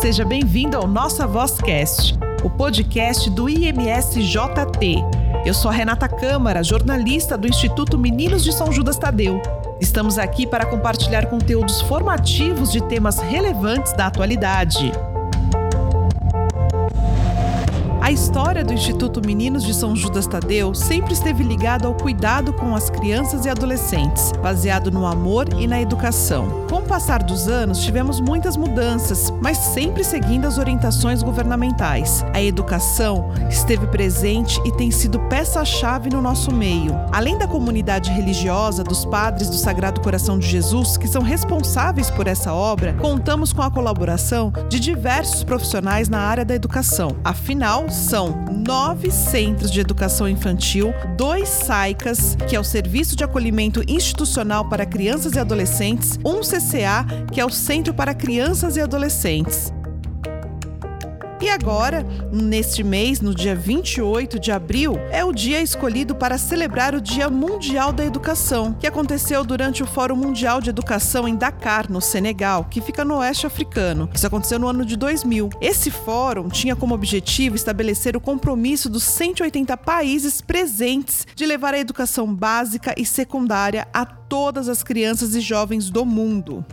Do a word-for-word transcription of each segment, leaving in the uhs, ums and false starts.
Seja bem-vindo ao Nossa Vozcast, o podcast do I M S J T. Eu sou a Renata Câmara, jornalista do Instituto Meninos de São Judas Tadeu. Estamos aqui para compartilhar conteúdos formativos de temas relevantes da atualidade. A história do Instituto Meninos de São Judas Tadeu sempre esteve ligada ao cuidado com as crianças e adolescentes, baseado no amor e na educação. Com o passar dos anos, tivemos muitas mudanças, mas sempre seguindo as orientações governamentais. A educação esteve presente e tem sido peça-chave no nosso meio. Além da comunidade religiosa, dos padres do Sagrado Coração de Jesus, que são responsáveis por essa obra, contamos com a colaboração de diversos profissionais na área da educação. Afinal, são nove centros de educação infantil, dois SAICAS, que é o Serviço de Acolhimento Institucional para Crianças e Adolescentes, um C C A, que é o Centro para Crianças e Adolescentes. E agora, neste mês, no dia vinte e oito de abril, é o dia escolhido para celebrar o Dia Mundial da Educação, que aconteceu durante o Fórum Mundial de Educação em Dakar, no Senegal, que fica no oeste africano. Isso aconteceu no ano de dois mil. Esse fórum tinha como objetivo estabelecer o compromisso dos cento e oitenta países presentes de levar a educação básica e secundária a todas as crianças e jovens do mundo.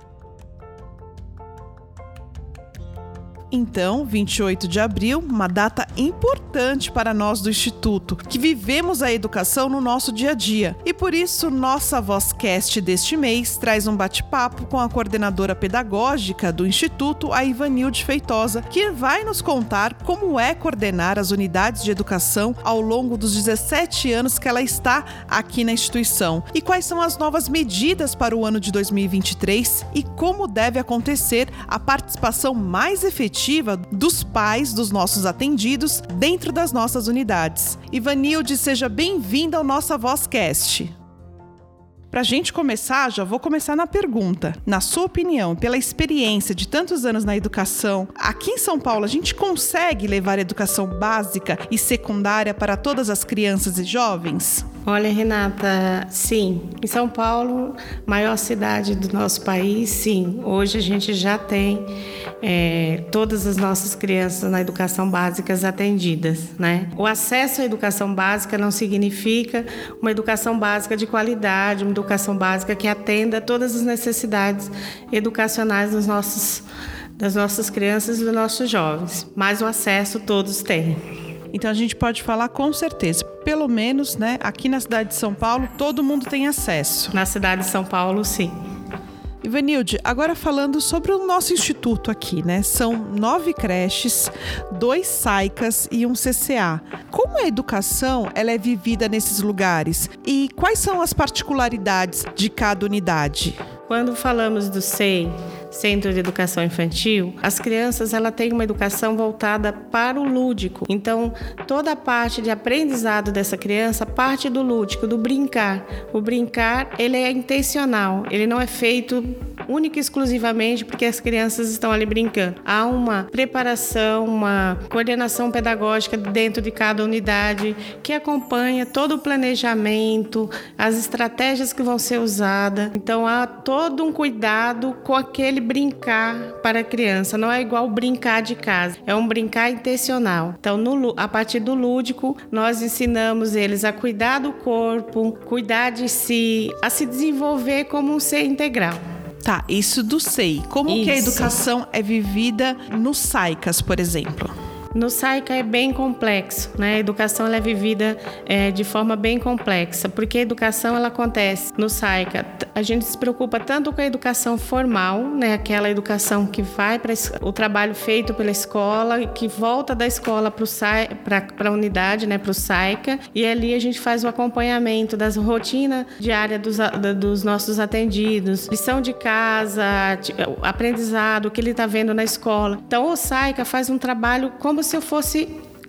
Então, vinte e oito de abril, uma data importante para nós do Instituto, que vivemos a educação no nosso dia a dia. E por isso, nossa Vozcast deste mês traz um bate-papo com a coordenadora pedagógica do Instituto, a Ivanilde Feitosa, que vai nos contar como é coordenar as unidades de educação ao longo dos dezessete anos que ela está aqui na instituição. E quais são as novas medidas para o ano de dois mil e vinte e três e como deve acontecer a participação mais efetiva dos pais dos nossos atendidos dentro das nossas unidades. Ivanilde, seja bem-vinda ao Nossa Vozcast. Para a gente começar, já vou começar na pergunta. Na sua opinião, pela experiência de tantos anos na educação, aqui em São Paulo a gente consegue levar a educação básica e secundária para todas as crianças e jovens? Olha, Renata, sim. Em São Paulo, maior cidade do nosso país, sim. Hoje a gente já tem é, todas as nossas crianças na educação básica atendidas, né? O acesso à educação básica não significa uma educação básica de qualidade, uma educação básica que atenda todas as necessidades educacionais dos nossos, das nossas crianças e dos nossos jovens. Mas o acesso todos têm. Então a gente pode falar com certeza, pelo menos, né, aqui na cidade de São Paulo, todo mundo tem acesso. Na cidade de São Paulo, sim. Ivanilde, agora falando sobre o nosso instituto aqui, né? São nove creches, dois SAICAS e um C C A. Como a educação ela é vivida nesses lugares? E quais são as particularidades de cada unidade? Quando falamos do S E I, Centro de Educação Infantil, as crianças ela têm uma educação voltada para o lúdico. Então, toda a parte de aprendizado dessa criança parte do lúdico, do brincar. O brincar, ele é intencional, ele não é feito única e exclusivamente porque as crianças estão ali brincando. Há uma preparação, uma coordenação pedagógica dentro de cada unidade que acompanha todo o planejamento, as estratégias que vão ser usadas. Então, há todo um cuidado com aquele brincar para a criança. Não é igual brincar de casa, é um brincar intencional. Então, no, a partir do lúdico, nós ensinamos eles a cuidar do corpo, cuidar de si, a se desenvolver como um ser integral. Tá, isso do S E I. Como isso. Que a educação é vivida no SAICAS, por exemplo? No SAICA é bem complexo, né? A educação ela é vivida é, de forma bem complexa, porque a educação ela acontece no SAICA. A gente se preocupa tanto com a educação formal, né? Aquela educação que vai para o trabalho feito pela escola, que volta da escola para a unidade, né? Para o SAICA, e ali a gente faz o acompanhamento das rotinas diárias dos, dos nossos atendidos, lição de casa, aprendizado, o que ele está vendo na escola. Então o SAICA faz um trabalho como se eu fosse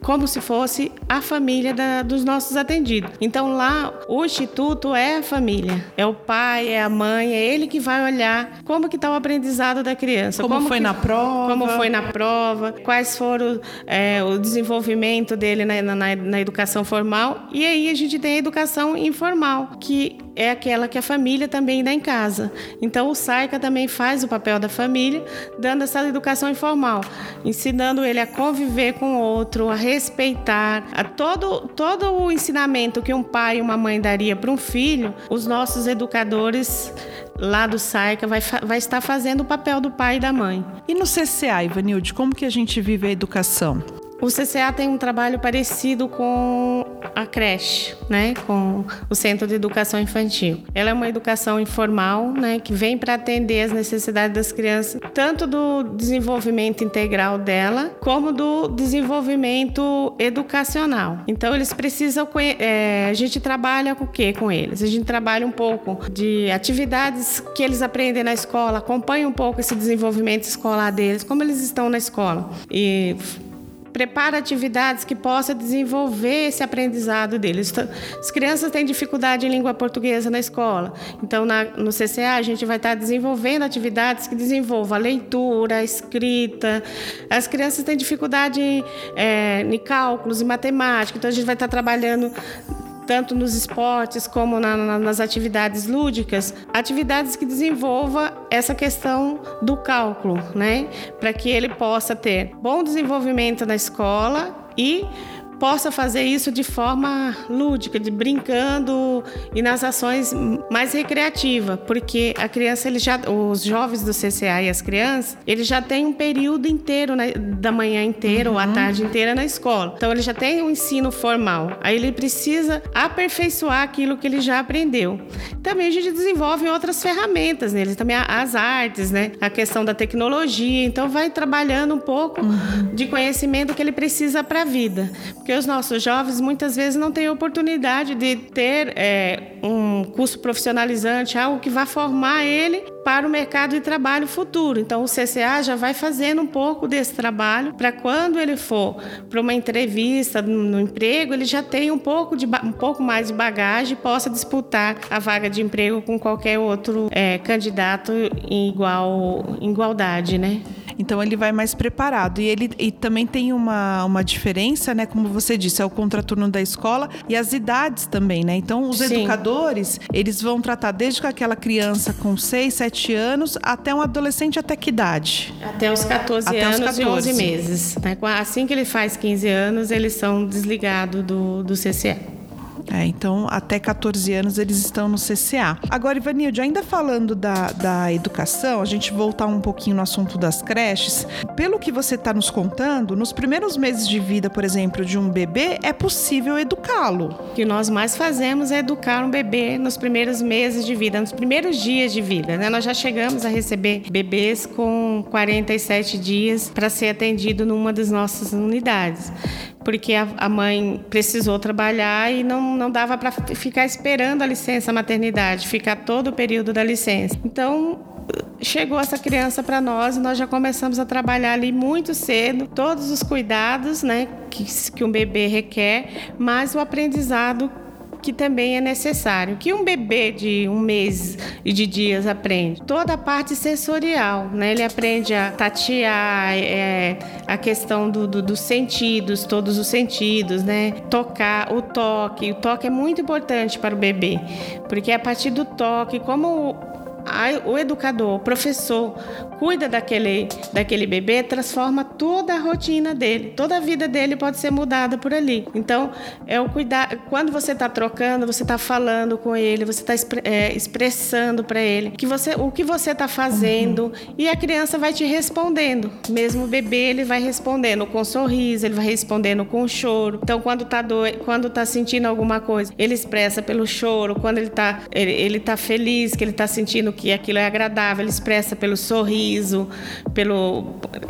como se fosse a família da, dos nossos atendidos. Então lá o instituto é a família, é o pai, é a mãe, é ele que vai olhar como que está o aprendizado da criança. Como, como foi que, na prova. Como foi na prova, quais foram é, o desenvolvimento dele na, na, na educação formal. E aí a gente tem a educação informal, que é aquela que a família também dá em casa. Então o SAICA também faz o papel da família, dando essa educação informal, ensinando ele a conviver com o outro, a respeitar, a todo, todo o ensinamento que um pai e uma mãe daria para um filho, os nossos educadores lá do SAICA vai, vai estar fazendo o papel do pai e da mãe. E no C C A, Ivanilde, como que a gente vive a educação? O C C A tem um trabalho parecido com a creche, né? Com o Centro de Educação Infantil. Ela é uma educação informal, né? Que vem para atender as necessidades das crianças, tanto do desenvolvimento integral dela, como do desenvolvimento educacional. Então, eles precisam... É, a gente trabalha com o quê com eles? A gente trabalha um pouco de atividades que eles aprendem na escola, acompanha um pouco esse desenvolvimento escolar deles, como eles estão na escola. E... prepara atividades que possam desenvolver esse aprendizado deles. As crianças têm dificuldade em língua portuguesa na escola. Então, na, no C C A, a gente vai estar desenvolvendo atividades que desenvolvam a leitura, a escrita. As crianças têm dificuldade é, em cálculos, em matemática. Então, a gente vai estar trabalhando tanto nos esportes como na, na, nas atividades lúdicas, atividades que desenvolvam essa questão do cálculo, né? Para que ele possa ter bom desenvolvimento na escola e possa fazer isso de forma lúdica, de brincando e nas ações mais recreativas, porque a criança, ele já, os jovens do C C A e as crianças, eles já têm um período inteiro, né, da manhã inteira, uhum, ou a tarde inteira na escola. Então, ele já tem um ensino formal. Aí ele precisa aperfeiçoar aquilo que ele já aprendeu. Também a gente desenvolve outras ferramentas neles, também as artes, né, a questão da tecnologia. Então, vai trabalhando um pouco, uhum, de conhecimento que ele precisa para a vida. Porque os nossos jovens muitas vezes não têm oportunidade de ter é, um curso profissionalizante, algo que vá formar ele para o mercado de trabalho futuro. Então, o C C A já vai fazendo um pouco desse trabalho para quando ele for para uma entrevista no, no emprego, ele já tenha um pouco, de, um pouco mais de bagagem e possa disputar a vaga de emprego com qualquer outro é, candidato em, igual, em igualdade, né? Então, ele vai mais preparado. E ele e também tem uma, uma diferença, né? Como você disse, é o contraturno da escola e as idades também, né? Então, os Sim. educadores, eles vão tratar desde aquela criança com seis, sete anos até um adolescente até que idade? Até os catorze até anos os catorze. E onze meses. Né? Assim que ele faz quinze anos, eles são desligados do, do C C A. É, então, até catorze anos eles estão no C C A. Agora, Ivanilde, ainda falando da, da educação, a gente voltar um pouquinho no assunto das creches. Pelo que você está nos contando, nos primeiros meses de vida, por exemplo, de um bebê, é possível educá-lo. O que nós mais fazemos é educar um bebê nos primeiros meses de vida, nos primeiros dias de vida, né? Nós já chegamos a receber bebês com quarenta e sete dias para ser atendido numa das nossas unidades. Porque a, a mãe precisou trabalhar e não, não dava para ficar esperando a licença maternidade, ficar todo o período da licença. Então, chegou essa criança para nós e nós já começamos a trabalhar ali muito cedo, todos os cuidados, né, que, que um bebê requer, mas o aprendizado que também é necessário. Que um bebê de um mês e de dias aprende? Toda a parte sensorial, né? Ele aprende a tatear, é, a questão do, do, dos sentidos, todos os sentidos, né? Tocar, o toque. O toque é muito importante para o bebê, porque é a partir do toque, como o educador, o professor, cuida daquele, daquele bebê, transforma toda a rotina dele, toda a vida dele pode ser mudada por ali. Então, é o cuidar. Quando você está trocando, você está falando com ele, você está é, expressando para ele que você, o que você está fazendo, uhum, e a criança vai te respondendo. Mesmo o bebê, ele vai respondendo com um sorriso, ele vai respondendo com um choro. Então, quando está doido, quando está sentindo alguma coisa, ele expressa pelo choro. Quando ele está ele, ele tá feliz, que ele está sentindo que aquilo é agradável, ele expressa pelo sorriso, pelo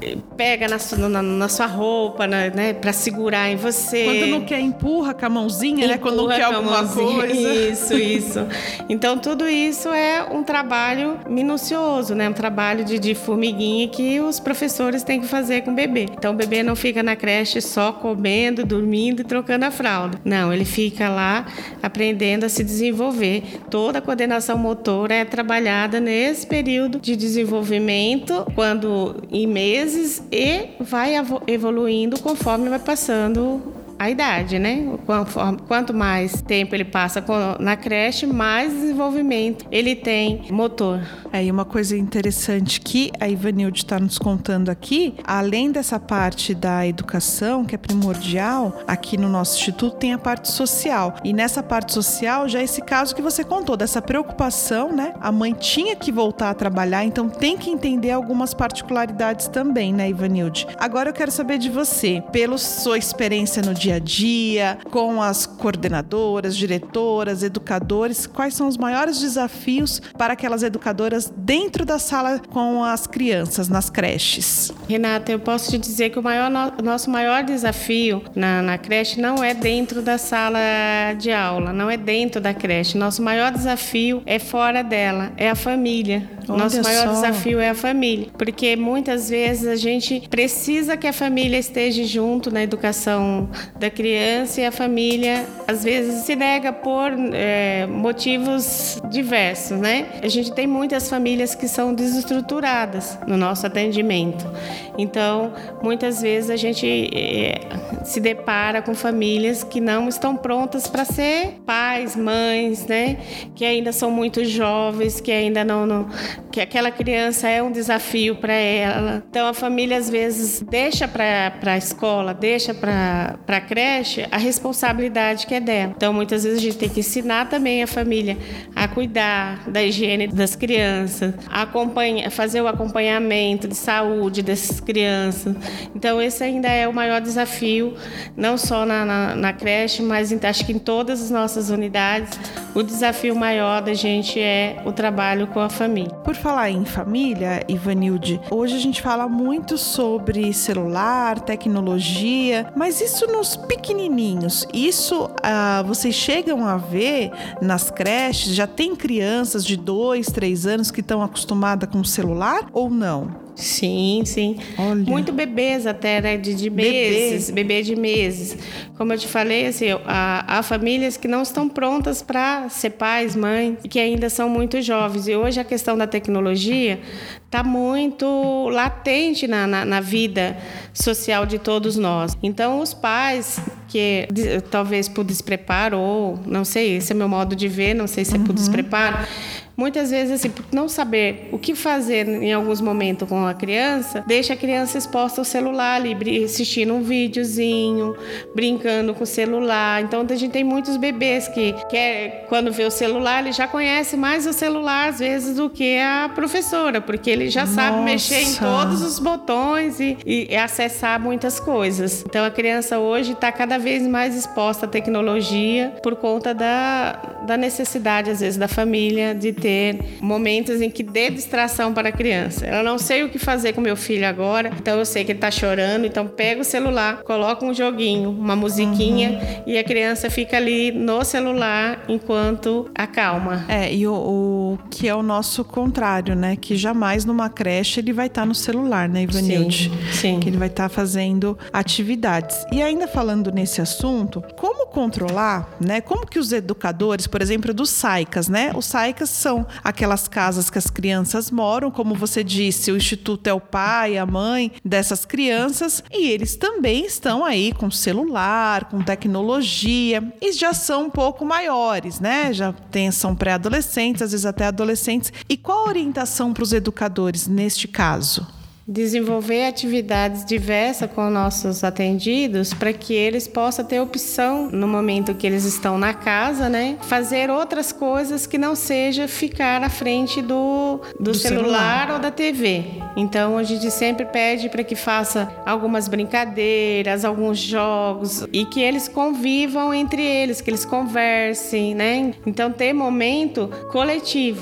pega na, sua, na, na sua roupa, né, para segurar em você. Quando não quer, empurra com a mãozinha, empurra, né? Quando não quer alguma coisa. Isso, isso. Então, tudo isso é um trabalho minucioso, né? Um trabalho de, de formiguinha que os professores têm que fazer com o bebê. Então, o bebê não fica na creche só comendo, dormindo e trocando a fralda. Não, ele fica lá aprendendo a se desenvolver. Toda a coordenação motora é trabalhada nesse período de desenvolvimento, quando em meses, e vai evoluindo conforme vai passando a idade, né? Quanto mais tempo ele passa na creche, mais desenvolvimento ele tem motor. É, e uma coisa interessante que a Ivanilde está nos contando aqui, além dessa parte da educação, que é primordial, aqui no nosso instituto tem a parte social. E nessa parte social, já é esse caso que você contou, dessa preocupação, né? A mãe tinha que voltar a trabalhar, então tem que entender algumas particularidades também, né, Ivanilde? Agora eu quero saber de você, pela sua experiência no dia dia a dia, com as coordenadoras, diretoras, educadores, quais são os maiores desafios para aquelas educadoras dentro da sala com as crianças, nas creches? Renata, eu posso te dizer que o maior, o nosso maior desafio na, na creche não é dentro da sala de aula, não é dentro da creche. Nosso maior desafio é fora dela, é a família. Olha Nosso maior só. desafio é a família, porque muitas vezes a gente precisa que a família esteja junto na educação da criança, e a família às vezes se nega por é, motivos diversos, né? A gente tem muitas famílias que são desestruturadas no nosso atendimento, então muitas vezes a gente é, se depara com famílias que não estão prontas para ser pais, mães, né? Que ainda são muito jovens, que ainda não, não que aquela criança é um desafio para ela. Então a família às vezes deixa para a escola, deixa para a creche a responsabilidade que é dela. Então muitas vezes a gente tem que ensinar também a família a cuidar da higiene das crianças, a acompanhar, fazer o acompanhamento de saúde dessas crianças. Então esse ainda é o maior desafio, não só na, na, na creche, mas em, acho que em todas as nossas unidades, o desafio maior da gente é o trabalho com a família. Por falar em família, Ivanilde, hoje a gente fala muito sobre celular, tecnologia, mas isso nos pequenininhos, isso ah, vocês chegam a ver nas creches? Já tem crianças de dois, três anos que estão acostumadas com o celular ou não? Sim, sim. Olha. Muito bebês até, né? De, de meses, bebê. bebê de meses. Como eu te falei, assim, há, há famílias que não estão prontas para ser pais, mães, que ainda são muito jovens. E hoje a questão da tecnologia está muito latente na, na, na vida social de todos nós. Então, os pais que talvez por despreparo, ou não sei, esse é meu modo de ver, não sei se é por uhum. despreparo, muitas vezes, assim, por não saber o que fazer em alguns momentos com a criança, deixa a criança exposta ao celular ali, assistindo um videozinho, brincando com o celular. Então, a gente tem muitos bebês que, que quando vê o celular, ele já conhece mais o celular, às vezes, do que a professora, porque ele já Nossa. sabe mexer em todos os botões e, e acessar muitas coisas. Então, a criança hoje está cada vez mais exposta à tecnologia por conta da, da necessidade, às vezes, da família de ter ter momentos em que dê distração para a criança. Eu não sei o que fazer com meu filho agora, então eu sei que ele está chorando, então pega o celular, coloca um joguinho, uma musiquinha uhum. e a criança fica ali no celular enquanto acalma. É, e o, o que é o nosso contrário, né? Que jamais numa creche ele vai estar tá no celular, né, Ivanilde? Sim, sim. Que ele vai estar tá fazendo atividades. E ainda falando nesse assunto, como controlar, né? Como que os educadores, por exemplo, dos S A I C As, né? Os S A I C As são aquelas casas que as crianças moram, como você disse, o instituto é o pai, a mãe dessas crianças, e eles também estão aí com celular, com tecnologia, e já são um pouco maiores, né? Já tem, são pré-adolescentes, às vezes até adolescentes. E qual a orientação para os educadores neste caso? Desenvolver atividades diversas com nossos atendidos para que eles possam ter opção no momento que eles estão na casa, né? Fazer outras coisas que não seja ficar à frente do, do, do celular, celular ou da T V. Então a gente sempre pede para que faça algumas brincadeiras, alguns jogos e que eles convivam entre eles, que eles conversem, né? Então ter momento coletivo.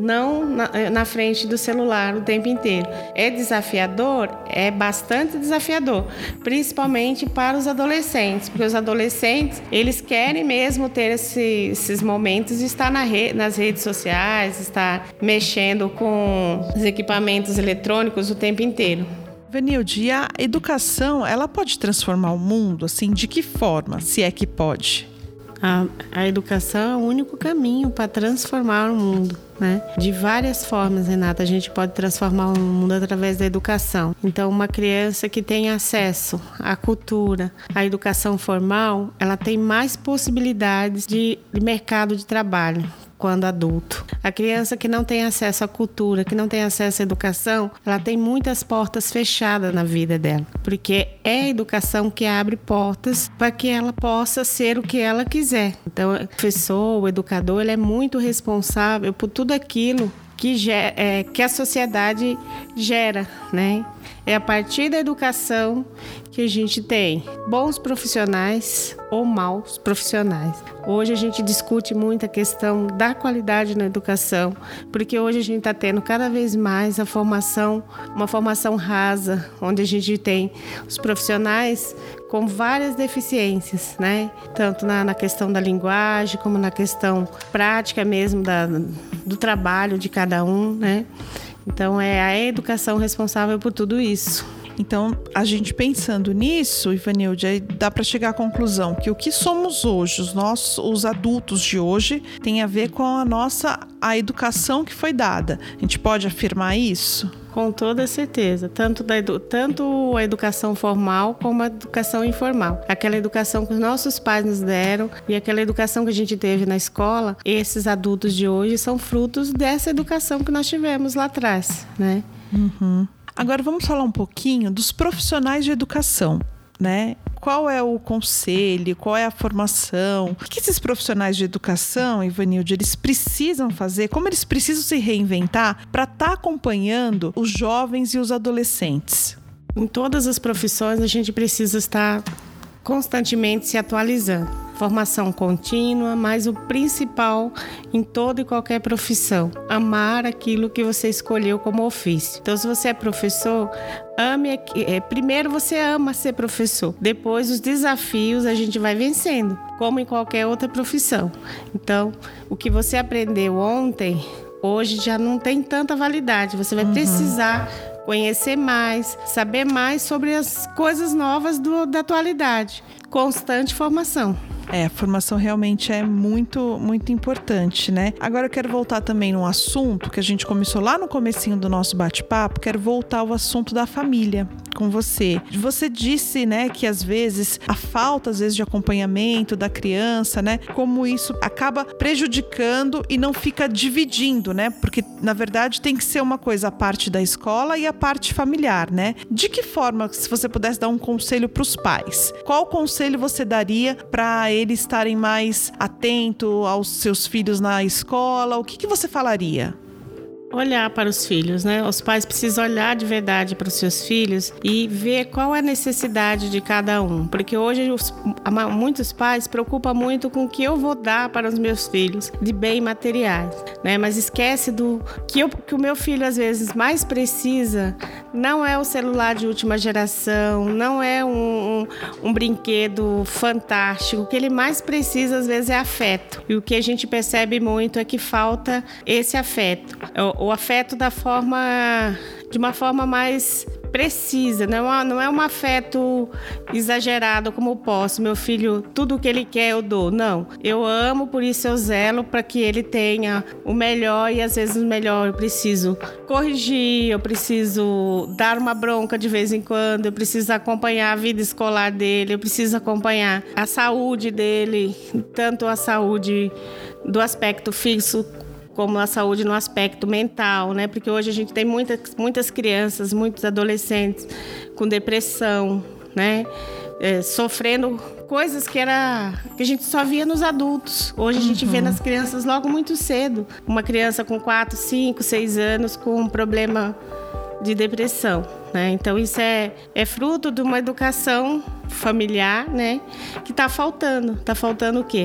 não na, na frente do celular o tempo inteiro. É desafiador? É bastante desafiador, principalmente para os adolescentes, porque os adolescentes, eles querem mesmo ter esse, esses momentos de estar na re, nas redes sociais, estar mexendo com os equipamentos eletrônicos o tempo inteiro. Ivanilde, e a educação, ela pode transformar o mundo, assim, de que forma, se é que pode? A, a educação é o único caminho para transformar o mundo, né? De várias formas, Renata, a gente pode transformar o mundo através da educação. Então, uma criança que tem acesso à cultura, à educação formal, ela tem mais possibilidades de, de mercado de trabalho quando adulto. A criança que não tem acesso à cultura, que não tem acesso à educação, ela tem muitas portas fechadas na vida dela, porque é a educação que abre portas para que ela possa ser o que ela quiser. Então, o professor, o educador, ele é muito responsável por tudo aquilo que, ger- é, que a sociedade gera, né? É a partir da educação que a gente tem bons profissionais ou maus profissionais. Hoje a gente discute muito a questão da qualidade na educação, porque hoje a gente está tendo cada vez mais a formação, uma formação rasa, onde a gente tem os profissionais com várias deficiências, né? Tanto na, na questão da linguagem, como na questão prática mesmo da, do trabalho de cada um, né? Então, é a educação responsável por tudo isso. Então, a gente pensando nisso, Ivanilde, aí dá para chegar à conclusão que o que somos hoje, os nossos, os adultos de hoje, tem a ver com a nossa a educação que foi dada. A gente pode afirmar isso? Com toda certeza, tanto, da edu- tanto a educação formal como a educação informal. Aquela educação que os nossos pais nos deram e aquela educação que a gente teve na escola, esses adultos de hoje são frutos dessa educação que nós tivemos lá atrás, né? Uhum. Agora vamos falar um pouquinho dos profissionais de educação, né? Qual é o conselho, qual é a formação? O que esses profissionais de educação, Ivanilde, eles precisam fazer? Como eles precisam se reinventar para estar acompanhando os jovens e os adolescentes? Em todas as profissões, a gente precisa estar constantemente se atualizando. Formação contínua, mas o principal em toda e qualquer profissão, amar aquilo que você escolheu como ofício. Então, se você é professor, ame, é, primeiro você ama ser professor, depois os desafios a gente vai vencendo, como em qualquer outra profissão. Então, o que você aprendeu ontem, hoje já não tem tanta validade, você vai uhum. precisar conhecer mais, saber mais sobre as coisas novas do, da atualidade. Constante formação. É, a formação realmente é muito, muito importante, né? Agora eu quero voltar também num assunto que a gente começou lá no comecinho do nosso bate-papo, quero voltar ao assunto da família com você. Você disse, né, que às vezes a falta, às vezes, de acompanhamento da criança, né, como isso acaba prejudicando e não fica dividindo, né? Porque, na verdade, tem que ser uma coisa a parte da escola e a parte familiar, né? De que forma, se você pudesse dar um conselho para os pais, qual conselho você daria para eles estarem mais atentos aos seus filhos na escola? O que, que você falaria? Olhar para os filhos, né? Os pais precisam olhar de verdade para os seus filhos e ver qual é a necessidade de cada um. Porque hoje os, muitos pais se preocupam muito com o que eu vou dar para os meus filhos de bem materiais, né? Mas esquece do que, eu, que o meu filho às vezes mais precisa. Não é o celular de última geração, não é um, um, um brinquedo fantástico. O que ele mais precisa às vezes é afeto. E o que a gente percebe muito é que falta esse afeto. O, o afeto da forma, de uma forma mais precisa, não é, não é um afeto exagerado como eu posso. Meu filho, tudo o que ele quer eu dou. Não, eu amo, por isso eu zelo para que ele tenha o melhor e às vezes o melhor eu preciso corrigir, eu preciso dar uma bronca de vez em quando, eu preciso acompanhar a vida escolar dele, eu preciso acompanhar a saúde dele, tanto a saúde do aspecto fixo como a saúde no aspecto mental, né? Porque hoje a gente tem muitas, muitas crianças, muitos adolescentes com depressão, né? É, sofrendo coisas que, era, que a gente só via nos adultos. Hoje a gente uhum. vê nas crianças logo muito cedo. Uma criança com quatro, cinco, seis anos com um problema de depressão, né? Então isso é, é fruto de uma educação familiar, né? Que está faltando. Está faltando o quê?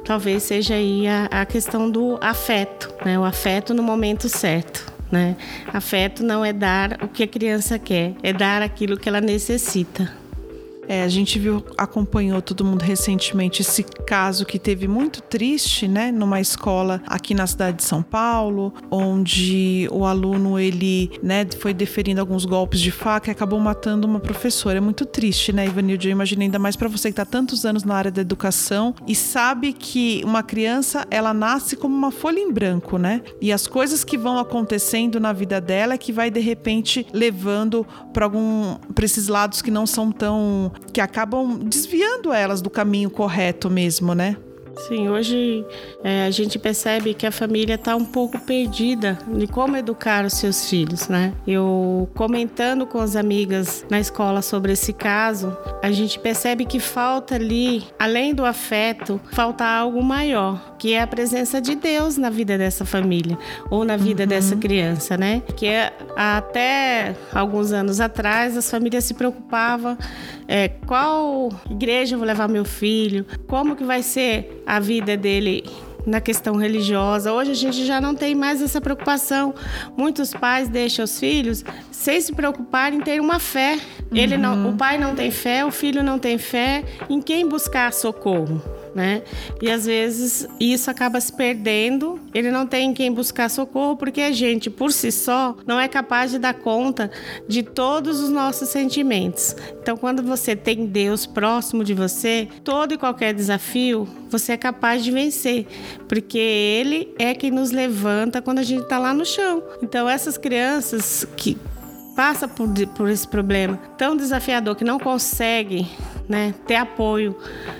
talvez seja aí a, a questão do afeto, né? O afeto no momento certo, né? Afeto não é dar o que a criança quer, é dar aquilo que ela necessita. É, a gente viu, acompanhou todo mundo recentemente esse caso que teve muito triste, né, numa escola aqui na cidade de São Paulo, onde o aluno, ele, né, foi deferindo alguns golpes de faca e acabou matando uma professora. É muito triste, né, Ivanilde? Eu imagino, ainda mais para você que está há tantos anos na área da educação e sabe que uma criança, ela nasce como uma folha em branco, né? E as coisas que vão acontecendo na vida dela é que vai, de repente, levando para algum, para esses lados que não são tão... que acabam desviando elas do caminho correto mesmo, né? Sim, hoje é, a gente percebe que a família está um pouco perdida de como educar os seus filhos, né? Eu comentando com as amigas na escola sobre esse caso, a gente percebe que falta ali, além do afeto, falta algo maior, que é a presença de Deus na vida dessa família ou na vida uhum. dessa criança, né? Que é, até alguns anos atrás as famílias se preocupavam é, qual igreja eu vou levar meu filho, como que vai ser a vida dele na questão religiosa. Hoje a gente já não tem mais essa preocupação. Muitos pais deixam os filhos sem se preocupar em ter uma fé. Ele uhum. não, o pai não tem fé, o filho não tem fé em quem buscar socorro, né? E às vezes isso acaba se perdendo. Ele não tem em quem buscar socorro porque a gente, por si só, não é capaz de dar conta de todos os nossos sentimentos. Então, quando você tem Deus próximo de você, todo e qualquer desafio, você é capaz de vencer, porque Ele é quem nos levanta quando a gente está lá no chão. Então, essas crianças que passam por, por esse problema tão desafiador, que não conseguem, né, ter apoio,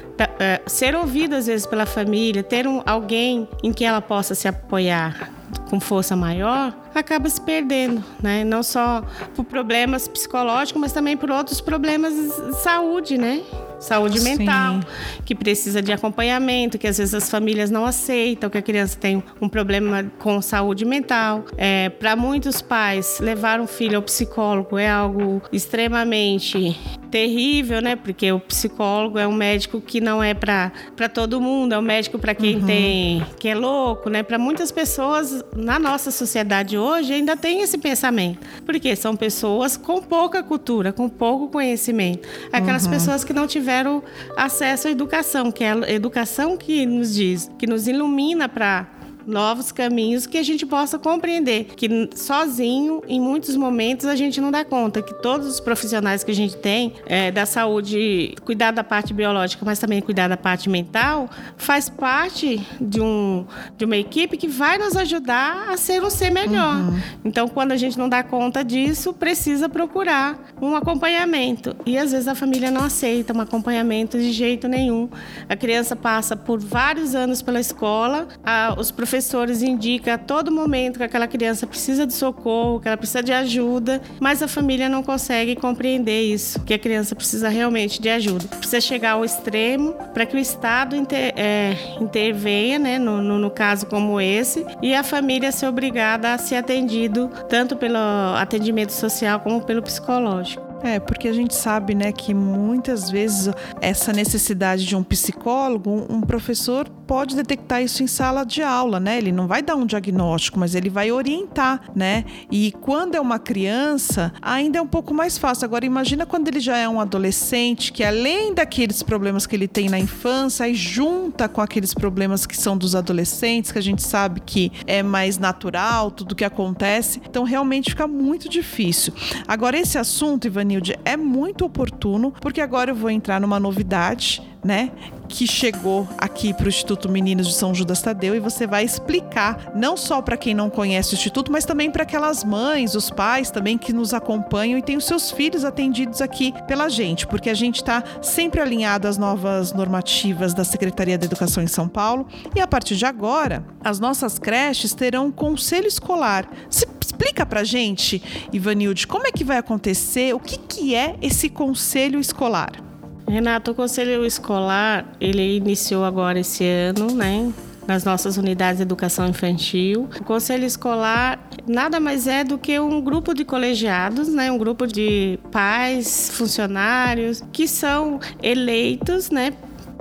ser ouvido às vezes pela família, ter um, alguém em que ela possa se apoiar com força maior, acaba se perdendo, né? Não só por problemas psicológicos, mas também por outros problemas de saúde, né? Saúde mental, sim, que precisa de acompanhamento, que às vezes as famílias não aceitam que a criança tem um problema com saúde mental. É, para muitos pais, levar um filho ao psicólogo é algo extremamente terrível, né? Porque o psicólogo é um médico que não é para todo mundo, é um médico para quem uhum. tem, que é louco, né? Para muitas pessoas na nossa sociedade hoje ainda tem esse pensamento, porque são pessoas com pouca cultura, com pouco conhecimento, aquelas uhum. pessoas que não tiveram tiveram acesso à educação, que é a educação que nos diz, que nos ilumina para novos caminhos, que a gente possa compreender que sozinho, em muitos momentos, a gente não dá conta, que todos os profissionais que a gente tem é, da saúde, cuidar da parte biológica, mas também cuidar da parte mental, faz parte de, um, de uma equipe que vai nos ajudar a ser um ser melhor. Uhum. Então, quando a gente não dá conta disso, precisa procurar um acompanhamento. E, às vezes, a família não aceita um acompanhamento de jeito nenhum. A criança passa por vários anos pela escola, a, os professores professores indicam a todo momento que aquela criança precisa de socorro, que ela precisa de ajuda, mas a família não consegue compreender isso, que a criança precisa realmente de ajuda. Precisa chegar ao extremo para que o Estado inter, é, intervenha, né, no, no, no caso como esse, e a família ser obrigada a ser atendido tanto pelo atendimento social como pelo psicológico. É, porque a gente sabe, né, que muitas vezes essa necessidade de um psicólogo, um professor pode detectar isso em sala de aula, né? Ele não vai dar um diagnóstico, mas ele vai orientar, né? E quando é uma criança, ainda é um pouco mais fácil. Agora, imagina quando ele já é um adolescente, que além daqueles problemas que ele tem na infância, aí junta com aqueles problemas que são dos adolescentes, que a gente sabe que é mais natural, tudo que acontece. Então, realmente fica muito difícil. Agora, esse assunto, Ivan, é muito oportuno, porque agora eu vou entrar numa novidade, né, que chegou aqui para o Instituto Meninos de São Judas Tadeu, e você vai explicar, não só para quem não conhece o Instituto, mas também para aquelas mães, os pais também que nos acompanham e têm os seus filhos atendidos aqui pela gente, porque a gente está sempre alinhado às novas normativas da Secretaria da Educação em São Paulo, e a partir de agora, as nossas creches terão um conselho escolar. Se explica pra gente, Ivanilde, como é que vai acontecer, o que, que é esse conselho escolar? Renato, o conselho escolar, ele iniciou agora esse ano, né, nas nossas unidades de educação infantil. O conselho escolar nada mais é do que um grupo de colegiados, né, um grupo de pais, funcionários, que são eleitos, né,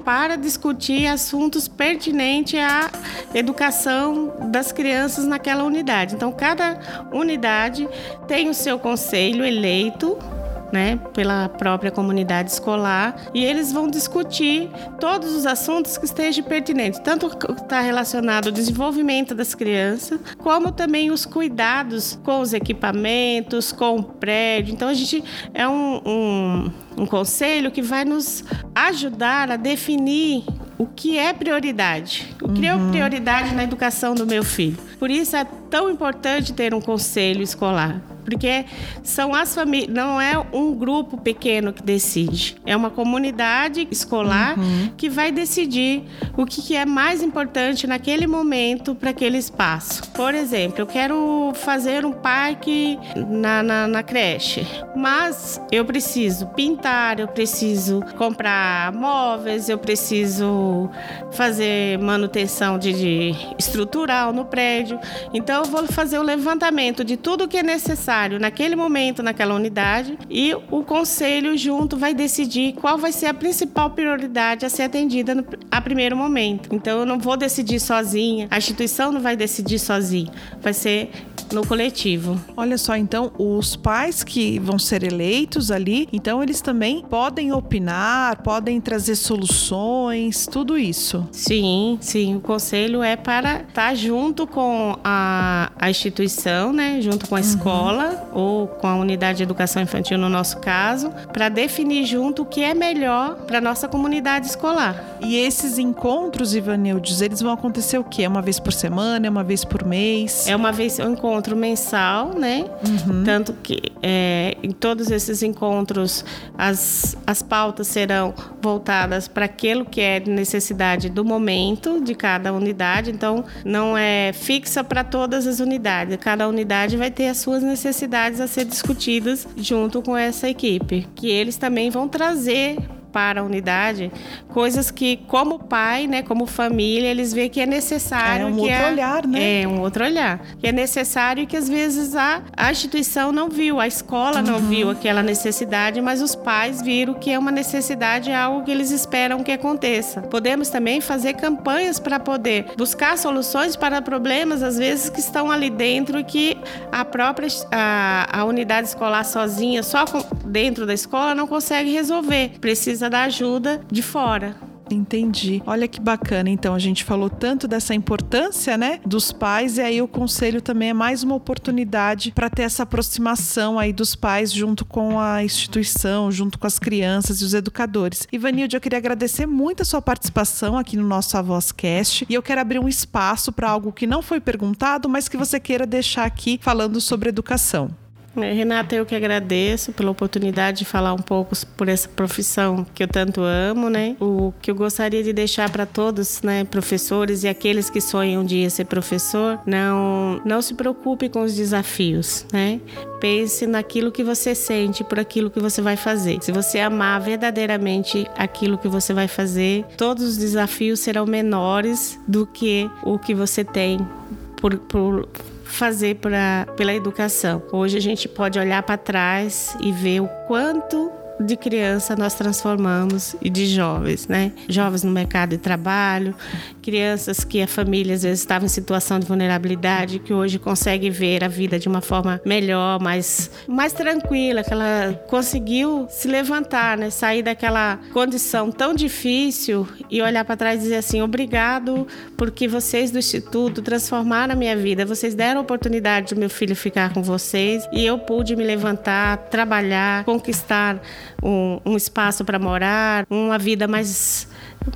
para discutir assuntos pertinentes à educação das crianças naquela unidade. Então, cada unidade tem o seu conselho eleito, né, pela própria comunidade escolar, e eles vão discutir todos os assuntos que estejam pertinentes, tanto está relacionado ao desenvolvimento das crianças, como também os cuidados com os equipamentos, com o prédio. Então, a gente é um, um, um conselho que vai nos ajudar a definir o que é prioridade, o que uhum. é prioridade na educação do meu filho. Por isso é tão importante ter um conselho escolar, porque são as famílias, não é um grupo pequeno que decide, é uma comunidade escolar uhum. que vai decidir o que é mais importante naquele momento para aquele espaço. Por exemplo, eu quero fazer um parque na, na, na creche, mas eu preciso pintar, eu preciso comprar móveis, eu preciso fazer manutenção de, de estrutural no prédio. Então, eu vou fazer o levantamento de tudo que é necessário naquele momento, naquela unidade, e o conselho junto vai decidir qual vai ser a principal prioridade a ser atendida no, a primeiro momento. Então, eu não vou decidir sozinha, a instituição não vai decidir sozinha, vai ser no coletivo. Olha só, então, os pais que vão ser eleitos ali, então eles também podem opinar, podem trazer soluções, tudo isso. Sim, sim, o conselho é para estar junto com a, a instituição, né, junto com a uhum. escola ou com a unidade de educação infantil, no nosso caso, para definir junto o que é melhor para a nossa comunidade escolar. E esses encontros, Ivanildes, eles vão acontecer o quê? É uma vez por semana, é uma vez por mês? É uma vez, um encontro mensal, né? Uhum. Tanto que é, em todos esses encontros as, as pautas serão voltadas para aquilo que é necessidade do momento de cada unidade. Então, não é fixa para todas as unidades. Cada unidade vai ter as suas necessidades a ser discutidas junto com essa equipe, que eles também vão trazer para a unidade coisas que, como pai, né, como família, eles veem que é necessário. É um que outro é, olhar, né? É um outro olhar. Que é necessário e que às vezes a, a instituição não viu, a escola não uhum. viu aquela necessidade, mas os pais viram que é uma necessidade, é algo que eles esperam que aconteça. Podemos também fazer campanhas para poder buscar soluções para problemas, às vezes, que estão ali dentro e que a própria a, a unidade escolar sozinha, só com, dentro da escola, não consegue resolver. Precisa da ajuda de fora. Entendi. Olha que bacana. Então, a gente falou tanto dessa importância, né, dos pais, e aí o conselho também é mais uma oportunidade para ter essa aproximação aí dos pais junto com a instituição, junto com as crianças e os educadores. Ivanilde, eu queria agradecer muito a sua participação aqui no nosso AvozCast, e eu quero abrir um espaço para algo que não foi perguntado, mas que você queira deixar aqui falando sobre educação. Renata, eu que agradeço pela oportunidade de falar um pouco por essa profissão que eu tanto amo, né? O que eu gostaria de deixar para todos, né, professores e aqueles que sonham um dia ser professor, não, não se preocupe com os desafios, né? Pense naquilo que você sente, por aquilo que você vai fazer. Se você amar verdadeiramente aquilo que você vai fazer, todos os desafios serão menores do que o que você tem por... por fazer pra, pela educação. Hoje a gente pode olhar para trás e ver o quanto de criança nós transformamos e de jovens, né? Jovens no mercado de trabalho, crianças que a família às vezes estava em situação de vulnerabilidade, que hoje consegue ver a vida de uma forma melhor, mais, mais tranquila, que ela conseguiu se levantar, né? Sair daquela condição tão difícil e olhar para trás e dizer assim, obrigado porque vocês do Instituto transformaram a minha vida, vocês deram a oportunidade do meu filho ficar com vocês e eu pude me levantar, trabalhar, conquistar Um, um espaço para morar, uma vida mais,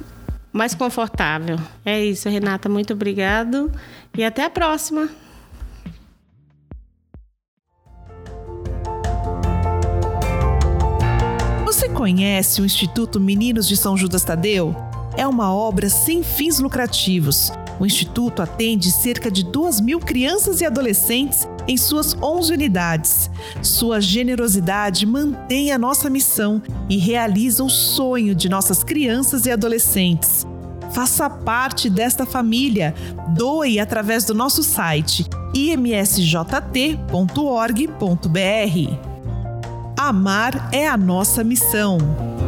mais confortável. É isso, Renata, muito obrigado e até a próxima. Você conhece o Instituto Meninos de São Judas Tadeu? É uma obra sem fins lucrativos. O Instituto atende cerca de duas mil crianças e adolescentes em suas onze unidades. Sua generosidade mantém a nossa missão e realiza o sonho de nossas crianças e adolescentes. Faça parte desta família. Doe através do nosso site i m s j t ponto org ponto b r. Amar é a nossa missão.